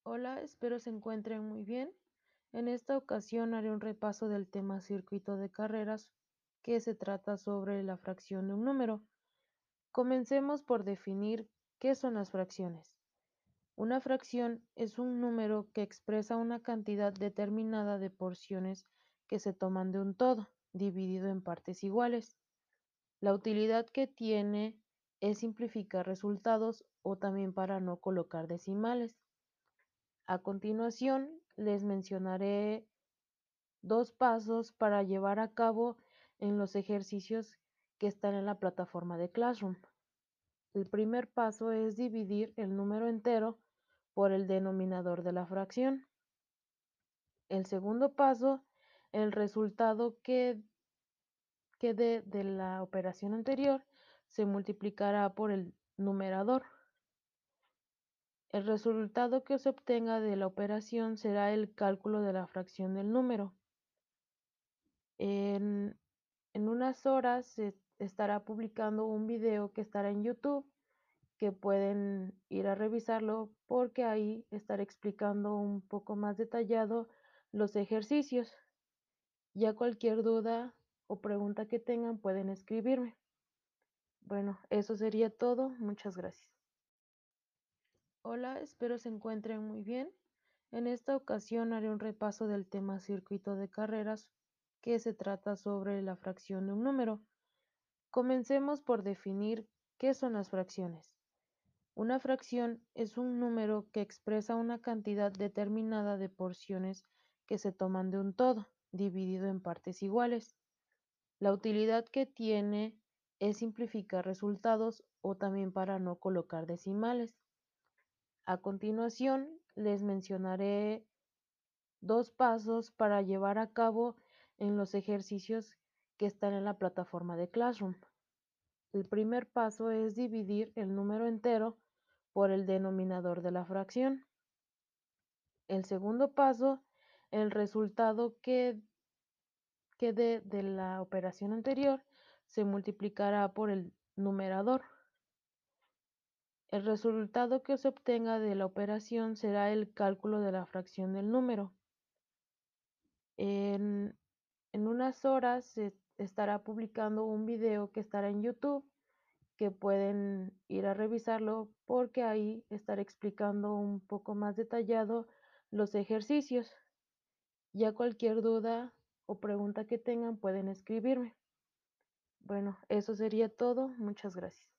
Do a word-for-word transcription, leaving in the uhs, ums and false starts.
Hola, espero se encuentren muy bien. En esta ocasión haré un repaso del tema circuito de carreras, que se trata sobre la fracción de un número. Comencemos por definir qué son las fracciones. Una fracción es un número que expresa una cantidad determinada de porciones que se toman de un todo, dividido en partes iguales. La utilidad que tiene es simplificar resultados o también para no colocar decimales. A continuación, les mencionaré dos pasos para llevar a cabo en los ejercicios que están en la plataforma de Classroom. El primer paso es dividir el número entero por el denominador de la fracción. El segundo paso, el resultado que quede de la operación anterior se multiplicará por el numerador. El resultado que se obtenga de la operación será el cálculo de la fracción del número. En, en unas horas se estará publicando un video que estará en YouTube, que pueden ir a revisarlo porque ahí estaré explicando un poco más detallado los ejercicios. Ya cualquier duda o pregunta que tengan pueden escribirme. Bueno, eso sería todo. Muchas gracias. Hola, espero se encuentren muy bien. En esta ocasión haré un repaso del tema circuito de carreras, que se trata sobre la fracción de un número. Comencemos por definir qué son las fracciones. Una fracción es un número que expresa una cantidad determinada de porciones que se toman de un todo, dividido en partes iguales. La utilidad que tiene es simplificar resultados o también para no colocar decimales. A continuación, les mencionaré dos pasos para llevar a cabo en los ejercicios que están en la plataforma de Classroom. El primer paso es dividir el número entero por el denominador de la fracción. El segundo paso, el resultado que quede de la operación anterior se multiplicará por el numerador. El resultado que se obtenga de la operación será el cálculo de la fracción del número. En, en unas horas se estará publicando un video que estará en YouTube, que pueden ir a revisarlo porque ahí estaré explicando un poco más detallado los ejercicios. Ya cualquier duda o pregunta que tengan pueden escribirme. Bueno, eso sería todo. Muchas gracias.